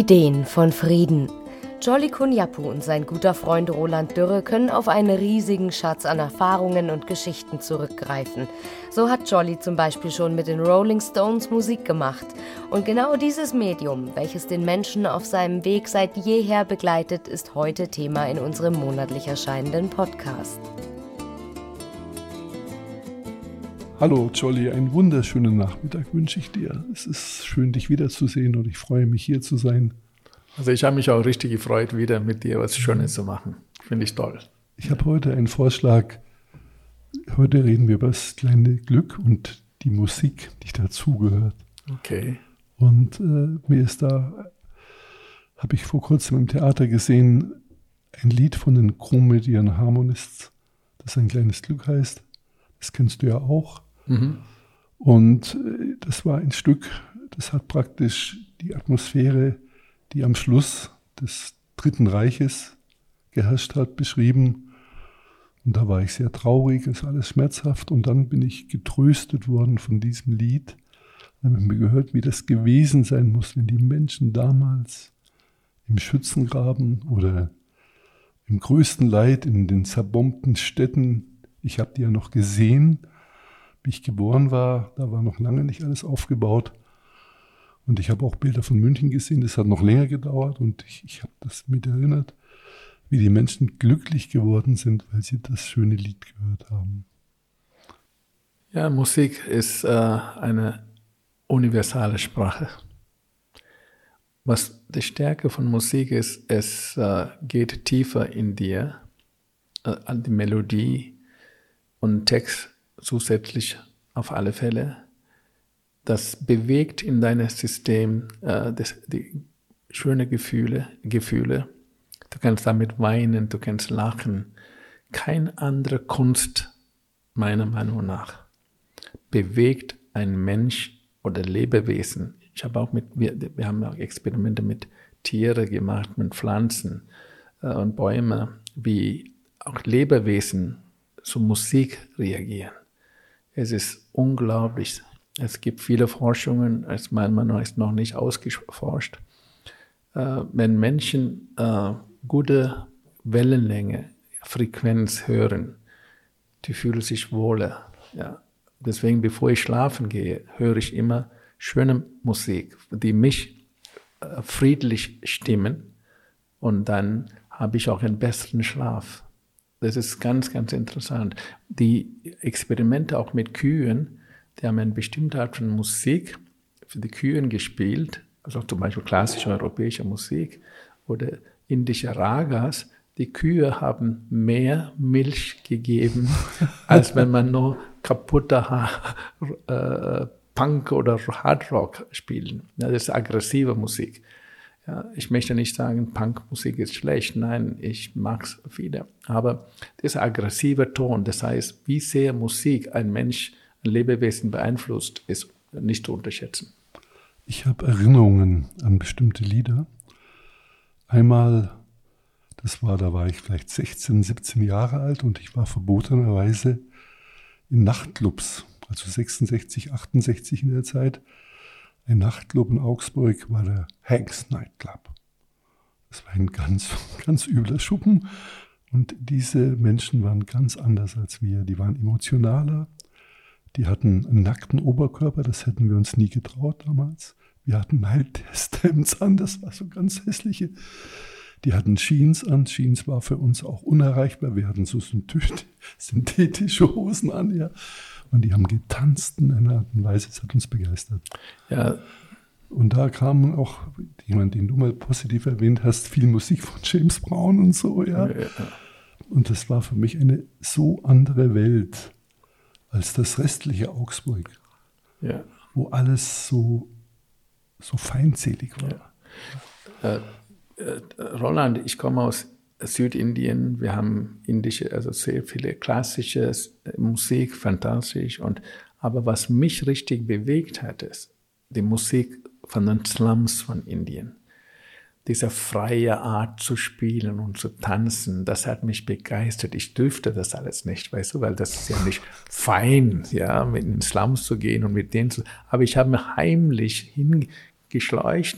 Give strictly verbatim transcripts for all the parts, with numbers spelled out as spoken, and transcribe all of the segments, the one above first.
Ideen von Frieden. Jolly Kunyapu und sein guter Freund Roland Dürre können auf einen riesigen Schatz an Erfahrungen und Geschichten zurückgreifen. So hat Jolly zum Beispiel schon mit den Rolling Stones Musik gemacht. Und genau dieses Medium, welches den Menschen auf seinem Weg seit jeher begleitet, ist heute Thema in unserem monatlich erscheinenden Podcast. Hallo Jolly, einen wunderschönen Nachmittag wünsche ich dir. Es ist schön, dich wiederzusehen und ich freue mich, hier zu sein. Also ich habe mich auch richtig gefreut, wieder mit dir was Schönes zu machen. Finde ich toll. Ich habe heute einen Vorschlag. Heute reden wir über das kleine Glück und die Musik, die dazugehört. Okay. Und äh, mir ist da, habe ich vor kurzem im Theater gesehen, ein Lied von den Chromedian Harmonists, das ein kleines Glück heißt. Das kennst du ja auch. Mhm. Und äh, das war ein Stück, das hat praktisch die Atmosphäre, die am Schluss des Dritten Reiches geherrscht hat, beschrieben. Und da war ich sehr traurig, es ist alles schmerzhaft. Und dann bin ich getröstet worden von diesem Lied. Dann habe ich mir gehört, wie das gewesen sein muss, wenn die Menschen damals im Schützengraben oder im größten Leid in den zerbombten Städten, ich habe die ja noch gesehen, wie ich geboren war, da war noch lange nicht alles aufgebaut. Und ich habe auch Bilder von München gesehen, das hat noch länger gedauert und ich, ich habe das mit erinnert, wie die Menschen glücklich geworden sind, weil sie das schöne Lied gehört haben. Ja, Musik ist äh, eine universale Sprache. Was die Stärke von Musik ist, es äh, geht tiefer in dir, äh, an die Melodie und Text zusätzlich auf alle Fälle. Das bewegt in deinem System äh, das, die schöne Gefühle, Gefühle. Du kannst damit weinen, du kannst lachen. Keine andere Kunst, meiner Meinung nach, bewegt ein Mensch oder Lebewesen. Ich habe auch mit, wir, wir haben auch Experimente mit Tieren gemacht, mit Pflanzen äh, und Bäumen, wie auch Lebewesen zu Musik reagieren. Es ist unglaublich. Es gibt viele Forschungen, es meiner Meinung nach ist noch nicht ausgeforscht. Äh, wenn Menschen äh, gute Wellenlänge, Frequenz hören, die fühlen sich wohler. Ja. Deswegen, bevor ich schlafen gehe, höre ich immer schöne Musik, die mich äh, friedlich stimmen und dann habe ich auch einen besseren Schlaf. Das ist ganz, ganz interessant. Die Experimente auch mit Kühen, die haben eine bestimmte Art von Musik für die Kühen gespielt, also zum Beispiel klassische europäische Musik oder indische Ragas. Die Kühe haben mehr Milch gegeben, als wenn man nur kaputter äh, Punk oder Hardrock spielen. Das ist aggressive Musik. Ja, ich möchte nicht sagen, Punkmusik ist schlecht. Nein, ich mag es wieder. Aber dieser aggressive Ton, das heißt, wie sehr Musik ein Mensch, ein Lebewesen beeinflusst, ist nicht zu unterschätzen. Ich habe Erinnerungen an bestimmte Lieder. Einmal, das war, da war ich vielleicht sechzehn, siebzehn Jahre alt und ich war verbotenerweise in Nachtclubs, also sechsundsechzig, achtundsechzig in der Zeit. Ein Nachtclub in Augsburg war der Hanks Nightclub. Das war ein ganz, ganz übler Schuppen und diese Menschen waren ganz anders als wir. Die waren emotionaler, die hatten einen nackten Oberkörper, das hätten wir uns nie getraut damals. Wir hatten Night-Hemds an, das war so ganz hässliche. Die hatten Jeans an, Jeans war für uns auch unerreichbar. Wir hatten so synthetische Hosen an, ja. Und die haben getanzt in einer Art und Weise, das hat uns begeistert. Ja. Und da kam auch jemand, den du mal positiv erwähnt hast, viel Musik von James Brown und so, ja. ja, ja. Und das war für mich eine so andere Welt als das restliche Augsburg, ja. wo alles so, so feindselig war. Ja. Äh, äh, Roland, ich komme aus Südindien, wir haben indische, also sehr viele klassische Musik, fantastisch. Und, aber was mich richtig bewegt hat, ist die Musik von den Slums von Indien. Diese freie Art zu spielen und zu tanzen, das hat mich begeistert. Ich dürfte das alles nicht, weißt du, weil das ist ja nicht fein, ja, mit in den Slums zu gehen und mit denen zu, aber ich habe mich heimlich hingeschleucht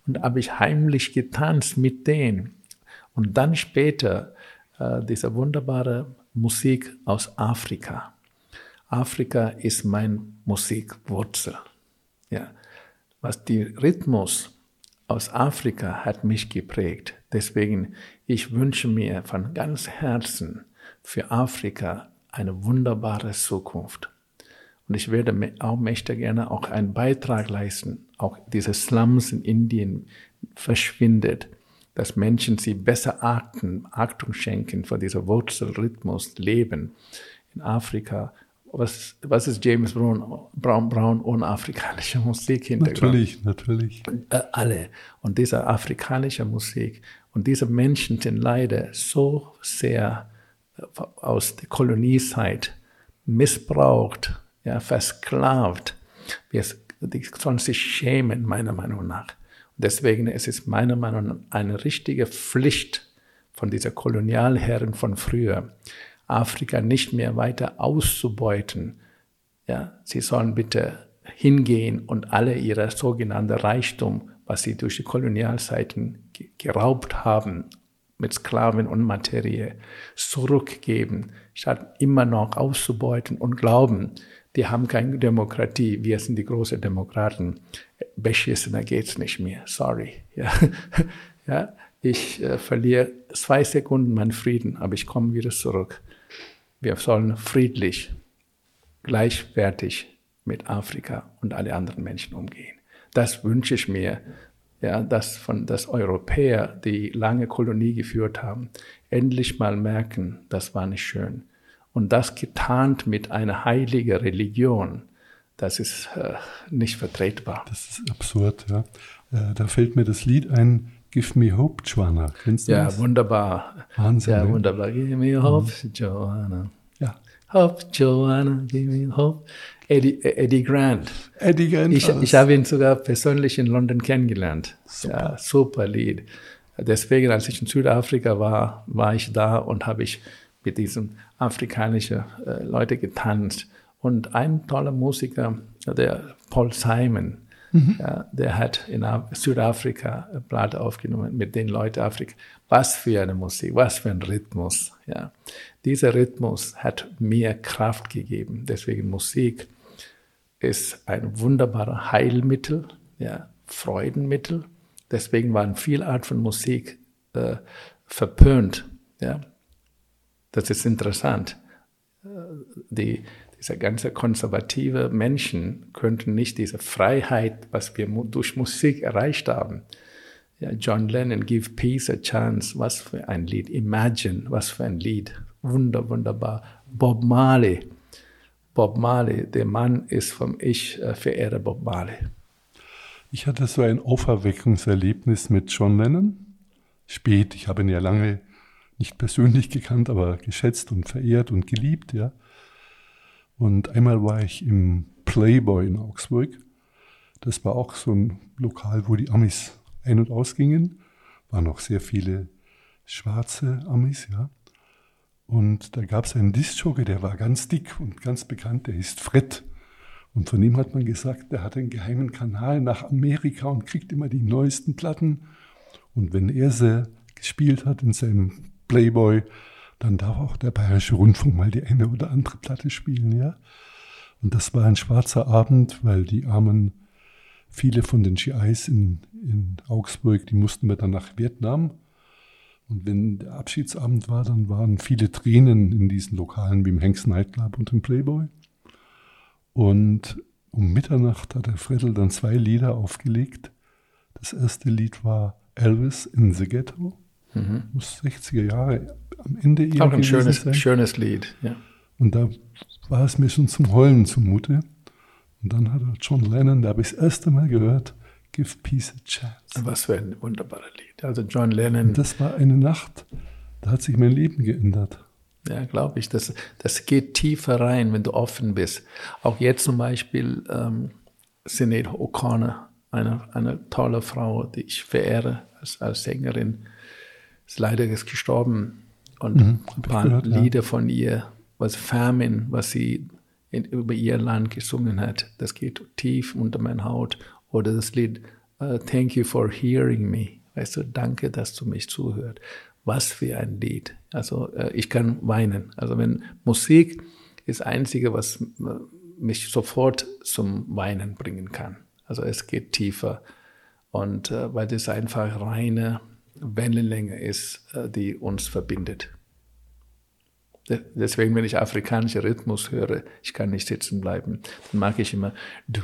Und habe ich heimlich getanzt mit denen. Und dann später äh, diese wunderbare Musik aus Afrika. Afrika ist meine Musikwurzel. Ja. Was die Rhythmus aus Afrika hat mich geprägt. Deswegen, ich wünsche mir von ganzem Herzen für Afrika eine wunderbare Zukunft. Und ich werde auch möchte gerne auch einen Beitrag leisten, auch diese Slums in Indien verschwindet, dass Menschen sie besser achten, Achtung schenken für diesen Wurzelrhythmus leben in Afrika. Was, was ist James Brown, Brown, Brown ohne afrikanische Musikhintergrund? Natürlich, natürlich. Äh, alle. Und diese afrikanische Musik und diese Menschen sind leider so sehr äh, aus der Koloniezeit missbraucht, ja, versklavt. Wir die sollen sich schämen, meiner Meinung nach. Und deswegen ist es meiner Meinung nach eine richtige Pflicht von dieser Kolonialherren von früher, Afrika nicht mehr weiter auszubeuten. Ja, sie sollen bitte hingehen und alle ihre sogenannten Reichtum, was sie durch die Kolonialzeiten geraubt haben, mit Sklaven und Materie, zurückgeben, statt immer noch auszubeuten und glauben, die haben keine Demokratie, wir sind die großen Demokraten. Beschissener geht's nicht mehr, sorry. Ja, ja ich äh, verliere zwei Sekunden meinen Frieden, aber ich komme wieder zurück. Wir sollen friedlich, gleichwertig mit Afrika und alle anderen Menschen umgehen. Das wünsche ich mir, ja, dass von das Europäer, die lange Kolonie geführt haben, endlich mal merken, das war nicht schön. Und das getarnt mit einer heiligen Religion, das ist äh, nicht vertretbar. Das ist absurd, ja. Äh, da fällt mir das Lied ein, Give Me Hope, Joanna. Kennst du ja, das? Wunderbar. Wahnsinn. Ja, ne? wunderbar. Give me hope, mhm. Joanna. Ja. Hope, Joanna, give me hope. Eddie, Eddie Grant. Eddie Grant. Ich, ich habe ihn sogar persönlich in London kennengelernt. Super. Ja, super Lied. Deswegen, als ich in Südafrika war, war ich da und habe ich mit diesen afrikanischen äh, Leuten getanzt. Und ein toller Musiker, der Paul Simon, mhm. ja, der hat in Südafrika eine Platte aufgenommen mit den Leuten Afrika. Was für eine Musik, was für ein Rhythmus. Ja. Dieser Rhythmus hat mir Kraft gegeben. Deswegen Musik ist ein wunderbares Heilmittel, ja, Freudenmittel. Deswegen waren viele Arten von Musik äh, verpönt. Ja. Das ist interessant. Die, diese ganze konservative Menschen könnten nicht diese Freiheit, was wir durch Musik erreicht haben. Ja, John Lennon, Give Peace a Chance, was für ein Lied. Imagine, was für ein Lied. Wunder, wunderbar. Bob Marley. Bob Marley, der Mann ist vom Ich äh, verehre Bob Marley. Ich hatte so ein Auferweckungserlebnis mit John Lennon. Spät, ich habe ihn ja lange nicht persönlich gekannt, aber geschätzt und verehrt und geliebt, ja. Und einmal war ich im Playboy in Augsburg. Das war auch so ein Lokal, wo die Amis ein- und ausgingen. Waren noch sehr viele schwarze Amis, ja. Und da gab es einen Diskjockey, der war ganz dick und ganz bekannt, der hieß Fred. Und von ihm hat man gesagt, der hat einen geheimen Kanal nach Amerika und kriegt immer die neuesten Platten. Und wenn er sie gespielt hat in seinem Playboy, dann darf auch der Bayerische Rundfunk mal die eine oder andere Platte spielen, ja. Und das war ein schwarzer Abend, weil die armen, viele von den G Is in, in Augsburg, die mussten wir dann nach Vietnam. Und wenn der Abschiedsabend war, dann waren viele Tränen in diesen Lokalen wie im Hanks Nightclub und im Playboy. Und um Mitternacht hat der Fredel dann zwei Lieder aufgelegt. Das erste Lied war Elvis in the Ghetto. Mhm. Muss sechziger Jahre am Ende eher auch ein schönes, schönes Lied, ja. Und da war es mir schon zum Heulen zumute. Und dann hat er John Lennon, da habe ich das erste Mal gehört, Give Peace a Chance. Was für ein wunderbares Lied. Also John Lennon. Und das war eine Nacht, da hat sich mein Leben geändert. Ja, glaube ich. Das, das geht tiefer rein, wenn du offen bist. Auch jetzt zum Beispiel ähm, Sinead O'Connor, eine, eine tolle Frau, die ich verehre als, als Sängerin, ist leider gestorben. Und mhm, ein paar gehört, Lieder ja. von ihr, was Famine, was sie in, über ihr Land gesungen hat, das geht tief unter meine Haut. Oder das Lied uh, thank you for hearing me. Weißt du, danke, dass du mich zuhörst. Was für ein Lied. Also uh, ich kann weinen. Also wenn Musik ist das Einzige, was uh, mich sofort zum Weinen bringen kann. Also es geht tiefer. Und uh, weil das einfach reine Wellenlänge ist, uh, die uns verbindet. Deswegen, wenn ich afrikanischer Rhythmus höre, ich kann nicht sitzen bleiben, dann mag ich immer. Ja,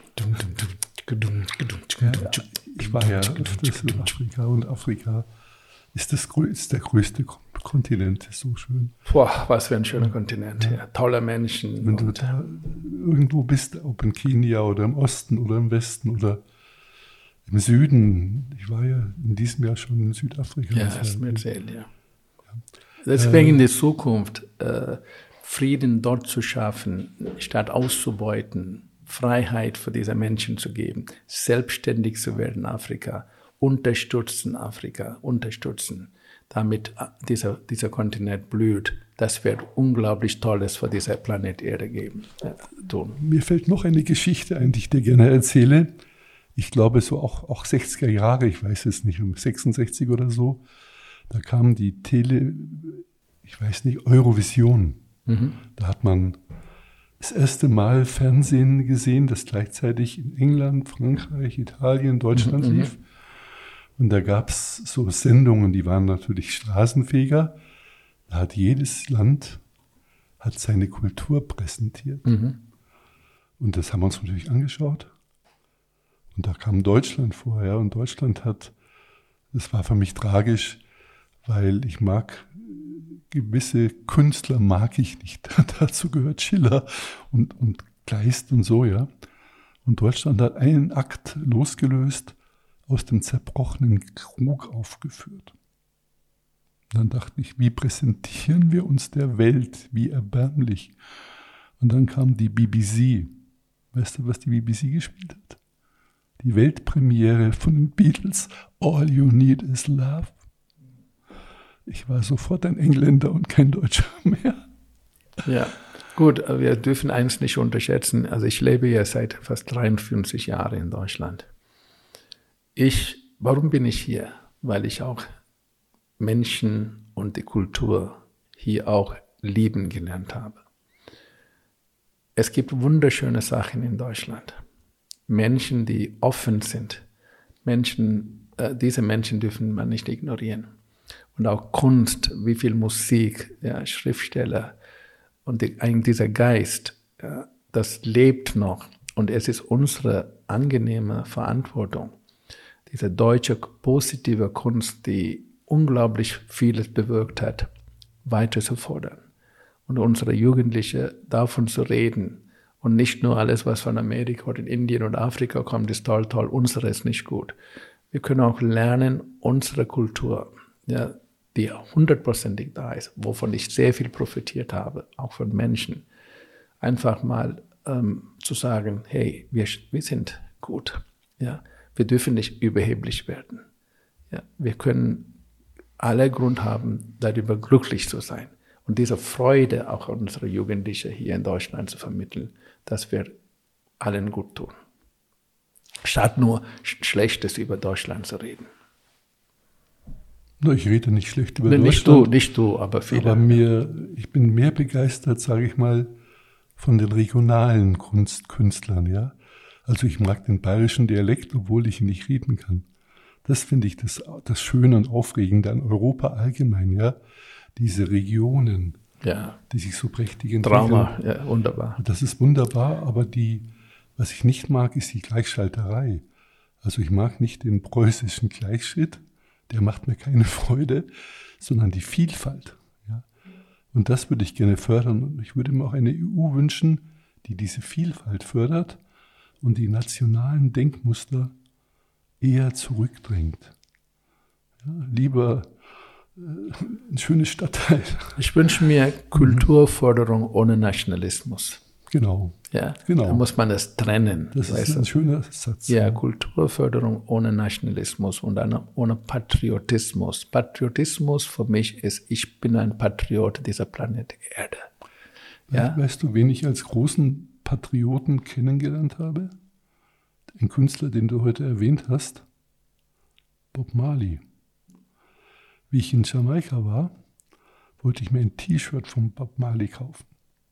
ich war ja öfters in Afrika und Afrika ist, das, ist der größte Kontinent, ist so schön. Boah, was für ein schöner Kontinent, ja, tolle Menschen. Wenn du da irgendwo bist, ob in Kenia oder im Osten oder im Westen oder im Süden, ich war ja in diesem Jahr schon in Südafrika. Ja, hast du mir erzählt, ja. Deswegen in der Zukunft äh, Frieden dort zu schaffen, statt auszubeuten, Freiheit für diese Menschen zu geben, selbstständig zu werden in Afrika, unterstützen Afrika, unterstützen, damit dieser, dieser Kontinent blüht. Das wird unglaublich Tolles für diesen Planet Erde geben. Äh, tun. Mir fällt noch eine Geschichte ein, die ich dir gerne erzähle. Ich glaube so auch, auch sechziger Jahre, ich weiß es nicht, um sechsundsechzig oder so. Da kam die Tele, ich weiß nicht, Eurovision. Mhm. Da hat man das erste Mal Fernsehen gesehen, das gleichzeitig in England, Frankreich, Italien, Deutschland mhm. lief. Und da gab es so Sendungen, die waren natürlich straßenfähiger. Da hat jedes Land hat seine Kultur präsentiert. Mhm. Und das haben wir uns natürlich angeschaut. Und da kam Deutschland vor, ja. Und Deutschland hat, das war für mich tragisch, weil ich mag, gewisse Künstler mag ich nicht. Dazu gehört Schiller und, und Kleist und so, ja. Und Deutschland hat einen Akt losgelöst, aus dem zerbrochenen Krug aufgeführt. Und dann dachte ich, wie präsentieren wir uns der Welt, wie erbärmlich. Und dann kam die B B C. Weißt du, was die B B C gespielt hat? Die Weltpremiere von den Beatles, All You Need Is Love. Ich war sofort ein Engländer und kein Deutscher mehr. Ja, gut, wir dürfen eins nicht unterschätzen. Also ich lebe ja seit fast dreiundfünfzig Jahren in Deutschland. Ich, warum bin ich hier? Weil ich auch Menschen und die Kultur hier auch lieben gelernt habe. Es gibt wunderschöne Sachen in Deutschland. Menschen, die offen sind. Menschen, äh, diese Menschen dürfen man nicht ignorieren. Und auch Kunst, wie viel Musik, ja, Schriftsteller und die, eigentlich dieser Geist, ja, das lebt noch. Und es ist unsere angenehme Verantwortung, diese deutsche positive Kunst, die unglaublich vieles bewirkt hat, weiter zu fordern. Und unsere Jugendlichen davon zu reden und nicht nur alles, was von Amerika oder Indien oder Afrika kommt, ist toll, toll, unsere ist nicht gut. Wir können auch lernen, unsere Kultur, ja, die hundertprozentig da ist, wovon ich sehr viel profitiert habe, auch von Menschen, einfach mal ähm, zu sagen, hey, wir, wir sind gut, ja, wir dürfen nicht überheblich werden. Ja, wir können alle Grund haben, darüber glücklich zu sein und diese Freude auch an unsere Jugendlichen hier in Deutschland zu vermitteln, dass wir allen gut tun, statt nur Schlechtes über Deutschland zu reden. Ich rede nicht schlecht über nee, Deutschland. Nicht du, nicht du, aber viele. Aber mir, ich bin mehr begeistert, sage ich mal, von den regionalen Kunstkünstlern, ja. Also ich mag den bayerischen Dialekt, obwohl ich ihn nicht reden kann. Das finde ich das, das Schöne und Aufregende an Europa allgemein, ja. Diese Regionen, ja, die sich so prächtig entwickeln. Trauma, ja, wunderbar. Das ist wunderbar, aber die, was ich nicht mag, ist die Gleichschalterei. Also ich mag nicht den preußischen Gleichschritt, der macht mir keine Freude, sondern die Vielfalt. Ja. Und das würde ich gerne fördern. Und ich würde mir auch eine E U wünschen, die diese Vielfalt fördert und die nationalen Denkmuster eher zurückdrängt. Ja, lieber äh, ein schönes Stadtteil. Ich wünsche mir Kulturförderung ohne Nationalismus. Genau. Ja, genau. Da muss man das trennen. Das ist ein du? schöner Satz. Ja, Kulturförderung ohne Nationalismus und dann ohne Patriotismus. Patriotismus für mich ist, ich bin ein Patriot dieser Planet Erde. Ja? Weißt du, wen ich als großen Patrioten kennengelernt habe? ein Künstler, den du heute erwähnt hast, Bob Marley. Wie ich in Jamaika war, wollte ich mir ein T-Shirt von Bob Marley kaufen.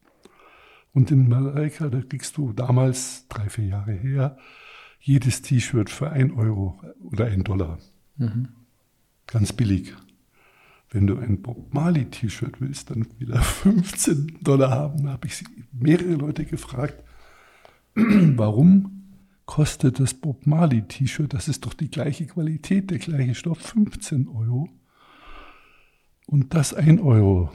Und in Jamaika, da kriegst du damals, drei, vier Jahre her, jedes T-Shirt für ein Euro oder ein Dollar. Mhm. Ganz billig. Wenn du ein Bob Marley T-Shirt willst, dann wieder fünfzehn Dollar haben. Da habe ich mehrere Leute gefragt, warum kostet das Bob Marley T-Shirt, das ist doch die gleiche Qualität, der gleiche Stoff, fünfzehn Euro. Und das ein Euro.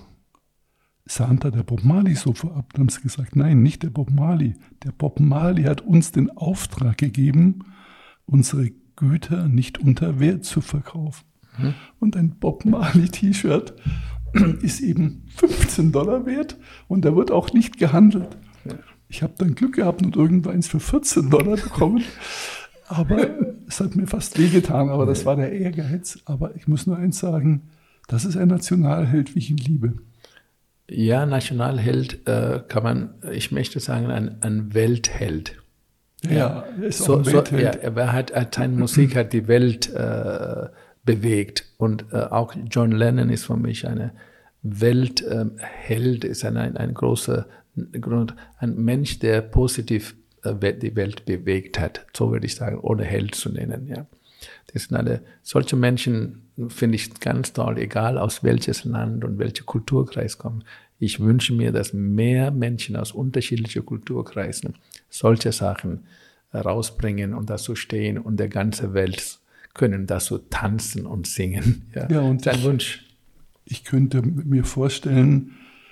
Sahen da der Bob Marley so vorab, dann haben sie gesagt, nein, nicht der Bob Marley. Der Bob Marley hat uns den Auftrag gegeben, unsere Güter nicht unter Wert zu verkaufen. Mhm. Und ein Bob Marley T-Shirt ist eben fünfzehn Dollar wert und da wird auch nicht gehandelt. Ja. Ich habe dann Glück gehabt und irgendwo eins für vierzehn Dollar bekommen. Aber es hat mir fast wehgetan, aber das war der Ehrgeiz. Aber ich muss nur eins sagen, das ist ein Nationalheld, wie ich ihn liebe. Ja, Nationalheld äh, kann man, ich möchte sagen, ein, ein Weltheld. Ja, ja, er ist so, auch ein Weltheld. So, ja, er hat, hat, seine Musik hat die Welt äh, bewegt. Und äh, auch John Lennon ist für mich eine Weltheld, äh, ist ein, ein, ein großer, ein Mensch, der positiv äh, die Welt bewegt hat. So würde ich sagen, ohne Held zu nennen. Ja. Das sind alle, solche Menschen finde ich ganz toll, egal aus welches Land und welcher Kulturkreis kommen. Ich wünsche mir, dass mehr Menschen aus unterschiedlichen Kulturkreisen solche Sachen rausbringen und dazu stehen und der ganze Welt können dazu tanzen und singen. Ja, ja, und das ist ein Wunsch. Ich könnte mir vorstellen,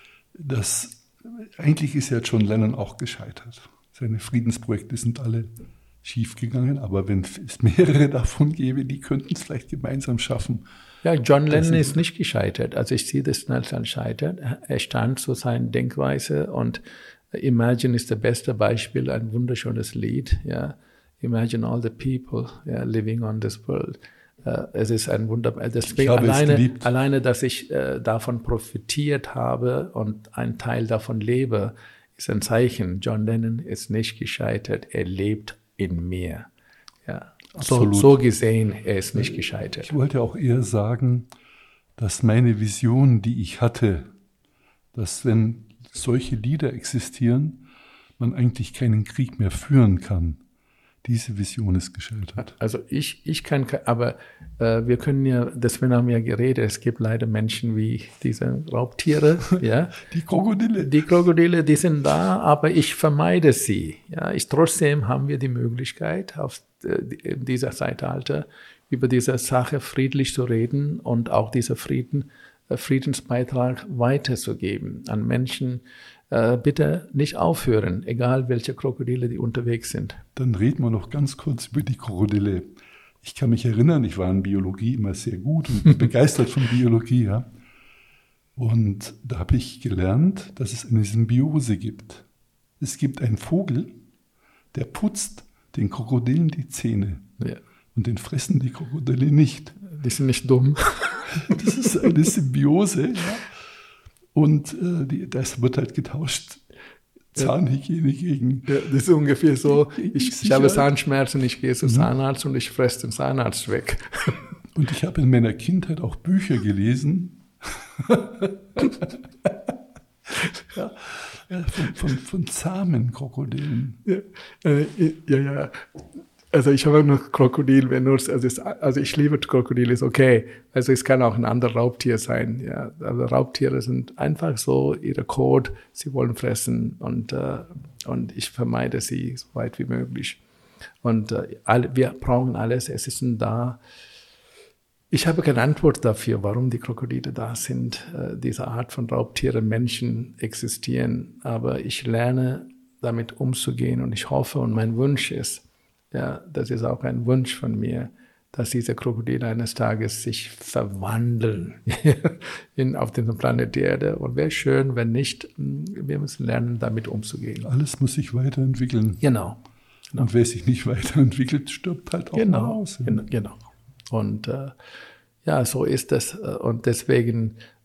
dass eigentlich ist ja John Lennon auch gescheitert. Seine Friedensprojekte sind alle schiefgegangen, aber wenn es mehrere davon gäbe, die könnten es vielleicht gemeinsam schaffen. Ja, John Lennon ist nicht gescheitert. Also ich sehe das nicht als Scheitern. Er stand zu seiner Denkweise und Imagine ist das beste Beispiel, ein wunderschönes Lied. Ja, Imagine all the people yeah, living on this world. Uh, es ist ein wunderbar. Deswegen alleine, alleine, dass ich uh, davon profitiert habe und ein Teil davon lebe, ist ein Zeichen. John Lennon ist nicht gescheitert. Er lebt in mir. Ja, so, so gesehen, er ist nicht gescheitert. Ich wollte auch eher sagen, dass meine Vision, die ich hatte, dass wenn solche Lieder existieren, man eigentlich keinen Krieg mehr führen kann. Diese Vision ist gescheitert. Also ich, ich kann, aber äh, wir können ja, deswegen haben wir ja geredet, es gibt leider Menschen wie diese Raubtiere, ja. Die Krokodile. Die Krokodile, die sind da, aber ich vermeide sie. Ja, ich, trotzdem haben wir die Möglichkeit, auf äh, dieser Zeitalter über diese Sache friedlich zu reden und auch diesen Frieden, äh, Friedensbeitrag weiterzugeben an Menschen. Äh, bitte nicht aufhören, egal welche Krokodile die unterwegs sind. Dann reden wir noch ganz kurz über die Krokodile. Ich kann mich erinnern, ich war in Biologie immer sehr gut und begeistert von Biologie. Ja. Und da habe ich gelernt, dass es eine Symbiose gibt. Es gibt einen Vogel, der putzt den Krokodilen die Zähne. Ja. Und den fressen die Krokodile nicht. Die sind nicht dumm. Das ist eine Symbiose, ja. Und äh, die, das wird halt getauscht. Zahnhygiene gegen... Ja, das ist ungefähr so, ich, ich habe Zahnschmerzen, ich gehe zum Zahnarzt und ich fresse den Zahnarzt weg. Und ich habe in meiner Kindheit auch Bücher gelesen, ja, von, von, von zahmen Krokodilen. Ja, äh, ja, ja. Also ich habe noch Krokodil benutzt, also, es, also ich liebe Krokodil, ist okay. Also es kann auch ein anderes Raubtier sein. Ja. Also Raubtiere sind einfach so, ihre Code, sie wollen fressen und, äh, und ich vermeide sie so weit wie möglich. Und äh, alle, wir brauchen alles, es ist da. Ich habe keine Antwort dafür, warum die Krokodile da sind. Äh, diese Art von Raubtieren, Menschen existieren, aber ich lerne damit umzugehen und ich hoffe und mein Wunsch ist, ja, das ist auch ein Wunsch von mir, dass diese Krokodile eines Tages sich verwandeln in, auf dem Planet Erde. Und wäre schön, wenn nicht, wir müssen lernen, damit umzugehen. Alles muss sich weiterentwickeln. Genau. genau. Und wer sich nicht weiterentwickelt, stirbt halt auch genau. mal aus. Ja. Genau. Und äh, ja, so ist das. Und deswegen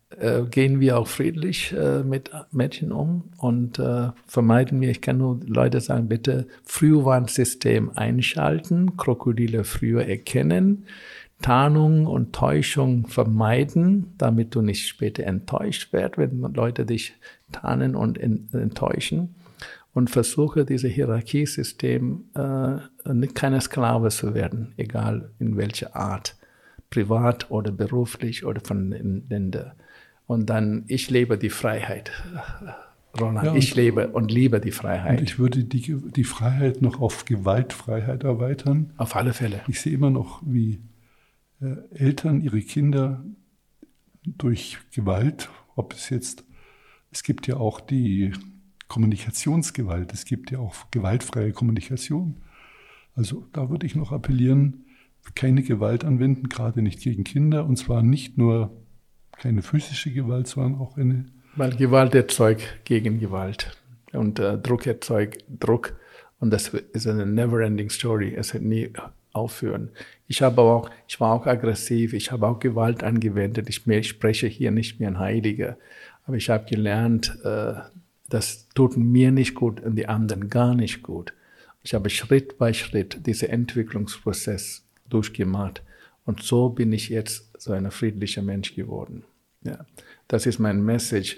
äh, gehen wir auch friedlich äh, mit Mädchen um und äh, vermeiden wir, ich kann nur Leute sagen, bitte Frühwarnsystem einschalten, Krokodile früher erkennen, Tarnung und Täuschung vermeiden, damit du nicht später enttäuscht wirst, wenn Leute dich tarnen und enttäuschen. Und versuche, dieses Hierarchiesystem äh, keine Sklave zu werden, egal in welcher Art, privat oder beruflich oder von den Ländern. Und dann, ich lebe die Freiheit, Roland, ja, ich lebe und liebe die Freiheit. Und ich würde die, die Freiheit noch auf Gewaltfreiheit erweitern. Auf alle Fälle. Ich sehe immer noch, wie äh, Eltern ihre Kinder durch Gewalt, ob es jetzt, es gibt ja auch die Kommunikationsgewalt, es gibt ja auch gewaltfreie Kommunikation. Also da würde ich noch appellieren, keine Gewalt anwenden, gerade nicht gegen Kinder, und zwar nicht nur keine physische Gewalt, sondern auch eine... Weil Gewalt erzeugt gegen Gewalt und äh, Druck erzeugt Druck und das ist eine never-ending story, es wird nie aufhören. Ich habe auch, ich war auch aggressiv, ich habe auch Gewalt angewendet, ich, ich spreche hier nicht mehr ein Heiliger, aber ich habe gelernt, äh, das tut mir nicht gut und die anderen gar nicht gut. Ich habe Schritt bei Schritt diesen Entwicklungsprozess durchgemacht und so bin ich jetzt so ein friedlicher Mensch geworden. Ja, das ist mein Message.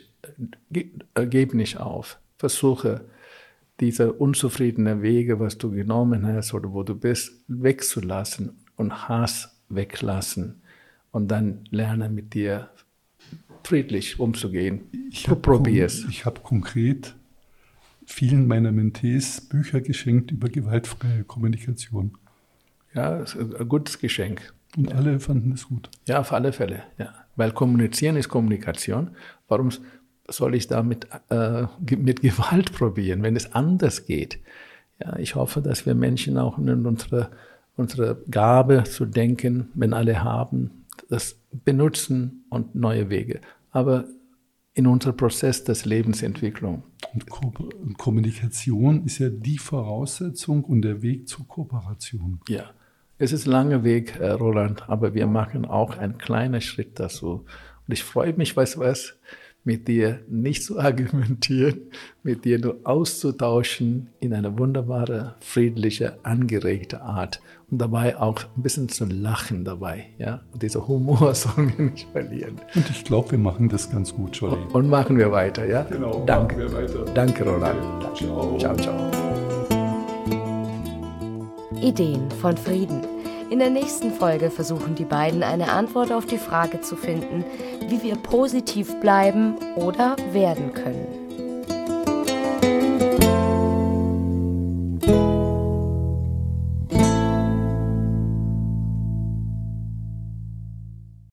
Gib nicht auf. Versuche, diese unzufriedenen Wege, was du genommen hast oder wo du bist, wegzulassen und Hass weglassen und dann lerne mit dir friedlich umzugehen. Ich probiere es. Ich habe konkret vielen meiner Mentees Bücher geschenkt über gewaltfreie Kommunikation. Ja, das ist ein gutes Geschenk. Und ja. Alle fanden es gut. Ja, auf alle Fälle. Ja. Weil kommunizieren ist Kommunikation. Warum soll ich da mit, äh, mit Gewalt probieren, wenn es anders geht? Ja, ich hoffe, dass wir Menschen auch in unsere, unsere Gabe zu denken, wenn alle haben, das benutzen und neue Wege. Aber in unserem Prozess des Lebensentwicklung. Und Ko- Kommunikation ist ja die Voraussetzung und der Weg zur Kooperation. Ja, es ist ein langer Weg, äh, Roland, aber wir machen auch einen kleinen Schritt dazu. Und ich freue mich, weißt du was, mit dir nicht zu argumentieren, mit dir nur auszutauschen in eine wunderbare, friedliche, angeregte Art und dabei auch ein bisschen zu lachen dabei. Ja? Und dieser Humor sollen wir nicht verlieren. Und ich glaube, wir machen das ganz gut, Jolly. Und, und machen wir weiter, ja? Genau, Danke. machen wir weiter. Danke, Roland. Ciao. Ciao, ciao. Ideen von Frieden. In der nächsten Folge versuchen die beiden eine Antwort auf die Frage zu finden, wie wir positiv bleiben oder werden können.